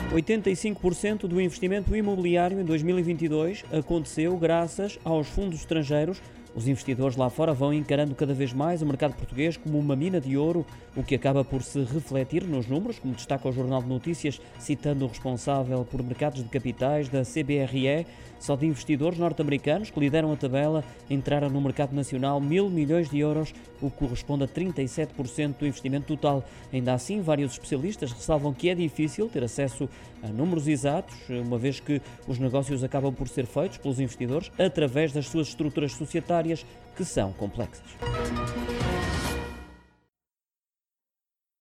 85% do investimento imobiliário em 2022 aconteceu graças aos fundos estrangeiros. Os investidores lá fora vão encarando cada vez mais o mercado português como uma mina de ouro, o que acaba por se refletir nos números, como destaca o Jornal de Notícias, citando o responsável por mercados de capitais da CBRE. Só de investidores norte-americanos que lideram a tabela entraram no mercado nacional 1.000 milhões de euros, o que corresponde a 37% do investimento total. Ainda assim, vários especialistas ressalvam que é difícil ter acesso a números exatos, uma vez que os negócios acabam por ser feitos pelos investidores através das suas estruturas societárias, que são complexas.